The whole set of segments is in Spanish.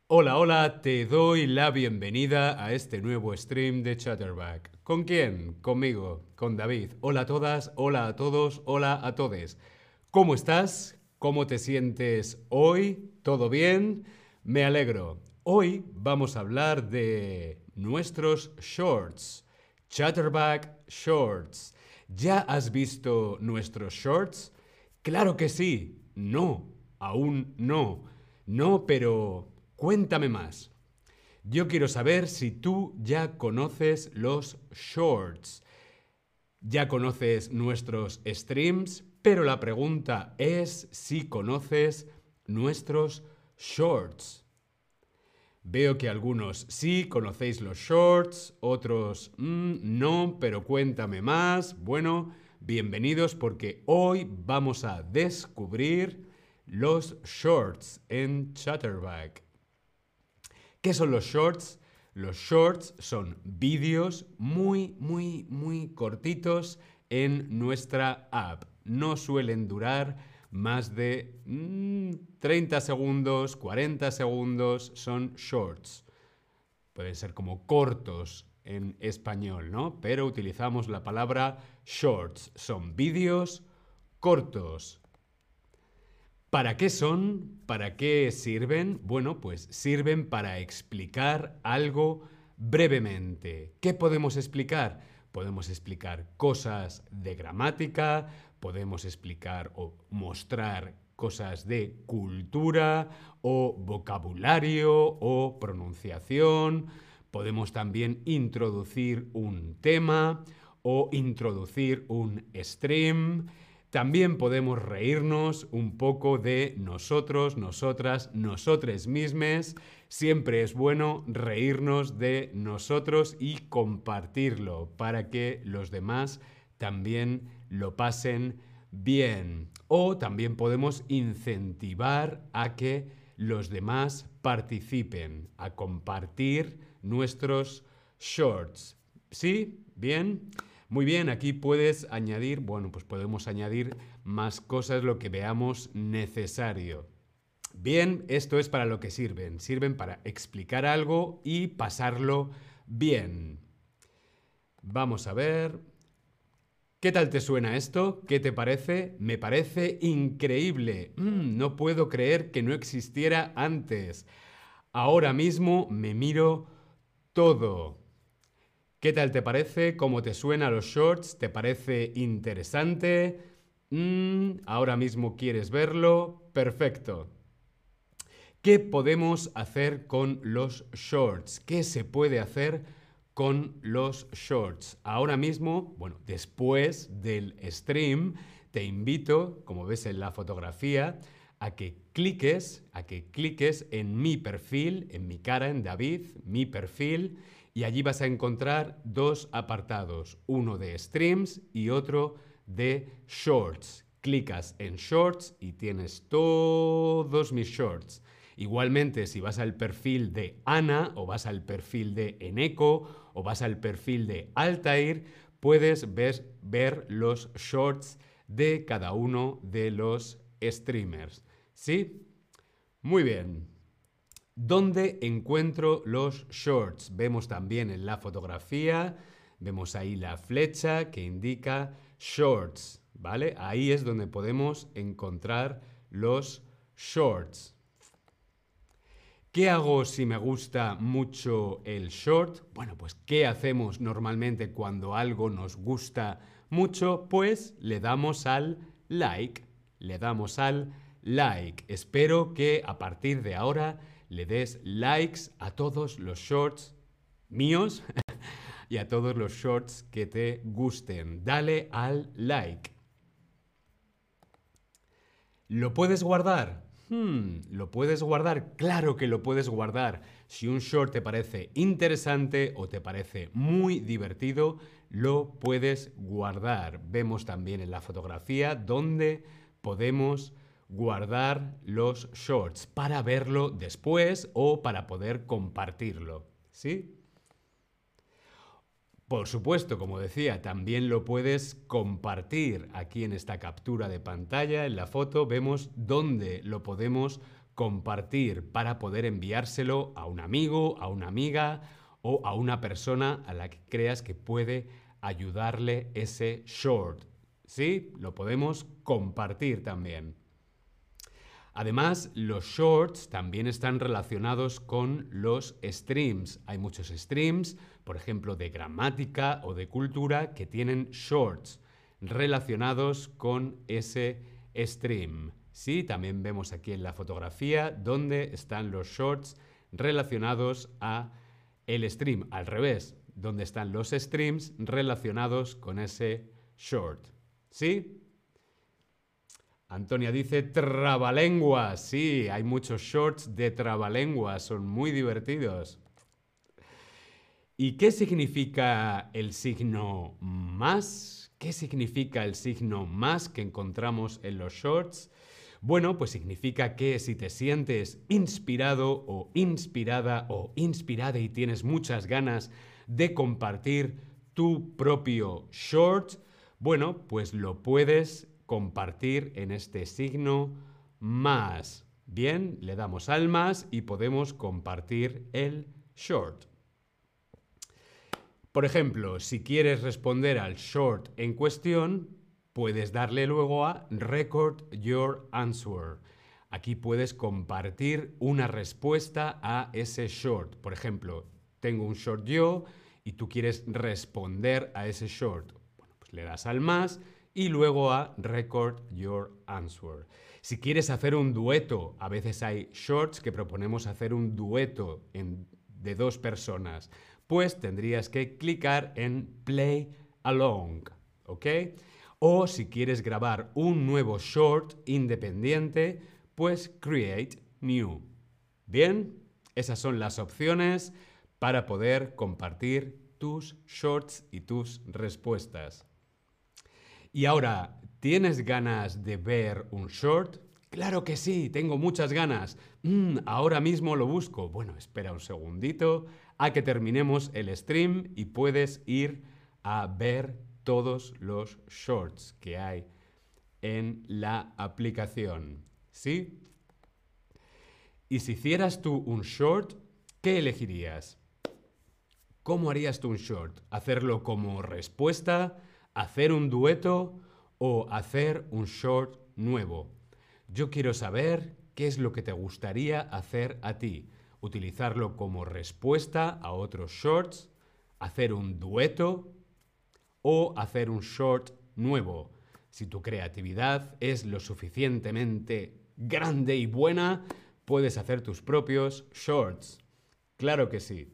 Hola, hola, te doy la bienvenida a este nuevo stream de Chatterback. ¿Con quién? Conmigo, con David. Hola a todas, hola a todos, hola a todes. ¿Cómo estás? ¿Cómo te sientes hoy? ¿Todo bien? Me alegro. Hoy vamos a hablar de nuestros shorts. Chatterback Shorts. ¿Ya has visto nuestros shorts? Claro que sí. No, aún no. No, pero cuéntame más. Yo quiero saber si tú ya conoces los shorts. Ya conoces nuestros streams, pero la pregunta es si conoces nuestros shorts. Veo que algunos sí conocéis los shorts, otros no, pero cuéntame más. Bueno, bienvenidos porque hoy vamos a descubrir los shorts en Chatterback. ¿Qué son los shorts? Los shorts son vídeos muy cortitos en nuestra app. No suelen durar más de 30 segundos, 40 segundos, son shorts. Pueden ser como cortos en español, ¿no? Pero utilizamos la palabra shorts. Son vídeos cortos. ¿Para qué son? ¿Para qué sirven? Bueno, pues sirven para explicar algo brevemente. ¿Qué podemos explicar? Podemos explicar cosas de gramática, podemos explicar o mostrar cosas de cultura o vocabulario o pronunciación. Podemos también introducir un tema o introducir un stream. También podemos reírnos un poco de nosotros, nosotras, nosotres mismes. Siempre es bueno reírnos de nosotros y compartirlo para que los demás también lo pasen bien. O también podemos incentivar a que los demás participen, a compartir nuestros shorts. ¿Sí? ¿Bien? Muy bien, aquí puedes añadir, bueno, pues podemos añadir más cosas lo que veamos necesario. Bien, esto es para lo que sirven. Sirven para explicar algo y pasarlo bien. Vamos a ver. ¿Qué tal te suena esto? ¿Qué te parece? Me parece increíble. No puedo creer que no existiera antes. Ahora mismo me miro todo. ¿Qué tal te parece? ¿Cómo te suena los shorts? ¿Te parece interesante? Ahora mismo quieres verlo. Perfecto. ¿Qué podemos hacer con los shorts? ¿Qué se puede hacer con los shorts? Ahora mismo, bueno, después del stream, te invito, como ves en la fotografía, a que cliques en mi perfil, en mi cara, en David, mi perfil, y allí vas a encontrar dos apartados, uno de streams y otro de shorts. Clicas en shorts y tienes todos mis shorts. Igualmente, si vas al perfil de Ana o vas al perfil de Eneco o vas al perfil de Altair, puedes ver los shorts de cada uno de los streamers. ¿Sí? Muy bien. ¿Dónde encuentro los shorts? Vemos también en la fotografía, vemos ahí la flecha que indica shorts, ¿vale? Ahí es donde podemos encontrar los shorts. ¿Qué hago si me gusta mucho el short? Bueno, pues ¿qué hacemos normalmente cuando algo nos gusta mucho? Pues le damos al like. Le damos al like. Espero que a partir de ahora le des likes a todos los shorts míos y a todos los shorts que te gusten. Dale al like. ¿Lo puedes guardar? ¿Lo puedes guardar? Claro que lo puedes guardar. Si un short te parece interesante o te parece muy divertido, lo puedes guardar. Vemos también en la fotografía donde podemos guardar los shorts para verlo después o para poder compartirlo. ¿Sí? Por supuesto, como decía, también lo puedes compartir. Aquí en esta captura de pantalla, en la foto, vemos dónde lo podemos compartir para poder enviárselo a un amigo, a una amiga o a una persona a la que creas que puede ayudarle ese short. ¿Sí? Lo podemos compartir también. Además, los shorts también están relacionados con los streams. Hay muchos streams, por ejemplo, de gramática o de cultura, que tienen shorts relacionados con ese stream. Sí, también vemos aquí en la fotografía dónde están los shorts relacionados a el stream. Al revés, dónde están los streams relacionados con ese short. ¿Sí? Antonia dice trabalenguas. Sí, hay muchos shorts de trabalenguas, son muy divertidos. ¿Y qué significa el signo más? ¿Qué significa el signo más que encontramos en los shorts? Bueno, pues significa que si te sientes inspirado o inspirada y tienes muchas ganas de compartir tu propio short, bueno, pues lo puedes compartir en este signo más. Bien, le damos al más y podemos compartir el short. Por ejemplo, si quieres responder al short en cuestión, puedes darle luego a Record Your Answer. Aquí puedes compartir una respuesta a ese short. Por ejemplo, tengo un short yo y tú quieres responder a ese short. Bueno, pues le das al más y luego a Record Your Answer. Si quieres hacer un dueto, a veces hay shorts que proponemos hacer un dueto de dos personas, pues tendrías que clicar en Play Along, ¿ok? O si quieres grabar un nuevo short independiente, pues Create New. Bien, esas son las opciones para poder compartir tus shorts y tus respuestas. Y ahora, ¿tienes ganas de ver un short? Claro que sí, tengo muchas ganas. Ahora mismo lo busco. Bueno, espera un segundito a que terminemos el stream y puedes ir a ver todos los shorts que hay en la aplicación. ¿Sí? Y si hicieras tú un short, ¿qué elegirías? ¿Cómo harías tú un short? ¿Hacerlo como respuesta? ¿Hacer un dueto? ¿O hacer un short nuevo? Yo quiero saber qué es lo que te gustaría hacer a ti. ¿Utilizarlo como respuesta a otros shorts? ¿Hacer un dueto? ¿O hacer un short nuevo? Si tu creatividad es lo suficientemente grande y buena, puedes hacer tus propios shorts. Claro que sí.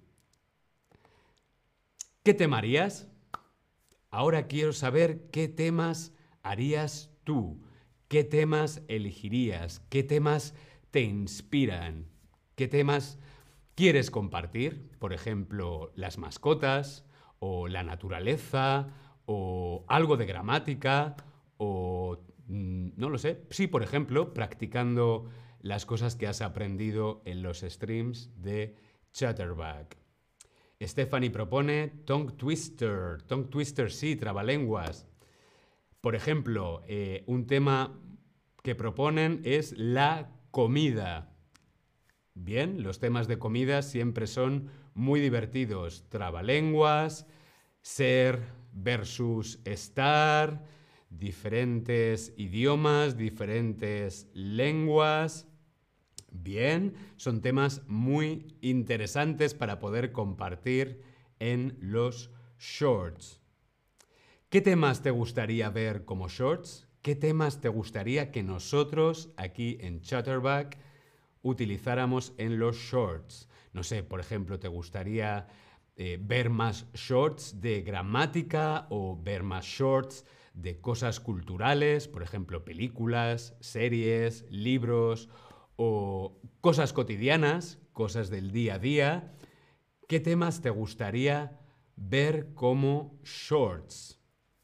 ¿Qué tema harías? Ahora quiero saber qué temas harías tú. ¿Qué temas elegirías? ¿Qué temas te inspiran? ¿Qué temas quieres compartir? Por ejemplo, las mascotas, o la naturaleza, o algo de gramática, o no lo sé. Sí, por ejemplo, practicando las cosas que has aprendido en los streams de Chatterback. Stephanie propone Tongue Twister. Tongue Twister, sí, trabalenguas. Por ejemplo, un tema que proponen es la comida. Bien, los temas de comida siempre son muy divertidos. Trabalenguas, ser versus estar, diferentes idiomas, diferentes lenguas. Bien, son temas muy interesantes para poder compartir en los shorts. ¿Qué temas te gustaría ver como shorts? ¿Qué temas te gustaría que nosotros aquí en Chatterback utilizáramos en los shorts? No sé, por ejemplo, ¿te gustaría ver más shorts de gramática o ver más shorts de cosas culturales? Por ejemplo, películas, series, libros o cosas cotidianas, cosas del día a día. ¿Qué temas te gustaría ver como shorts?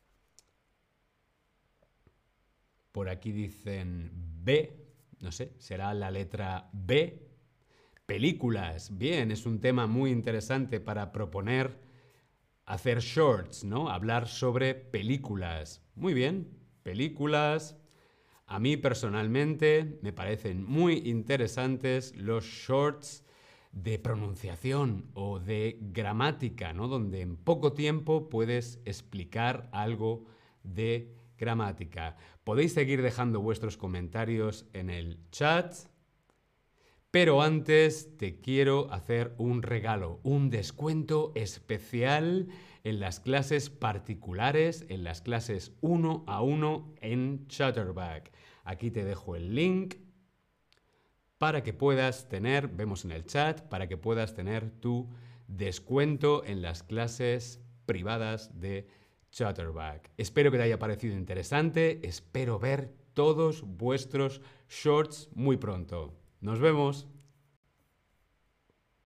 Por aquí dicen B, no sé, será la letra B. Películas, bien, es un tema muy interesante para proponer hacer shorts, ¿no? Hablar sobre películas. Muy bien, películas. A mí personalmente me parecen muy interesantes los shorts de pronunciación o de gramática, ¿no? Donde en poco tiempo puedes explicar algo de gramática. Podéis seguir dejando vuestros comentarios en el chat, pero antes te quiero hacer un regalo, un descuento especial en las clases particulares, en las clases 1 a 1 en Chatterback. Aquí te dejo el link para que puedas tener, vemos en el chat, para que puedas tener tu descuento en las clases privadas de Chatterback. Espero que te haya parecido interesante, espero ver todos vuestros shorts muy pronto. Nos vemos.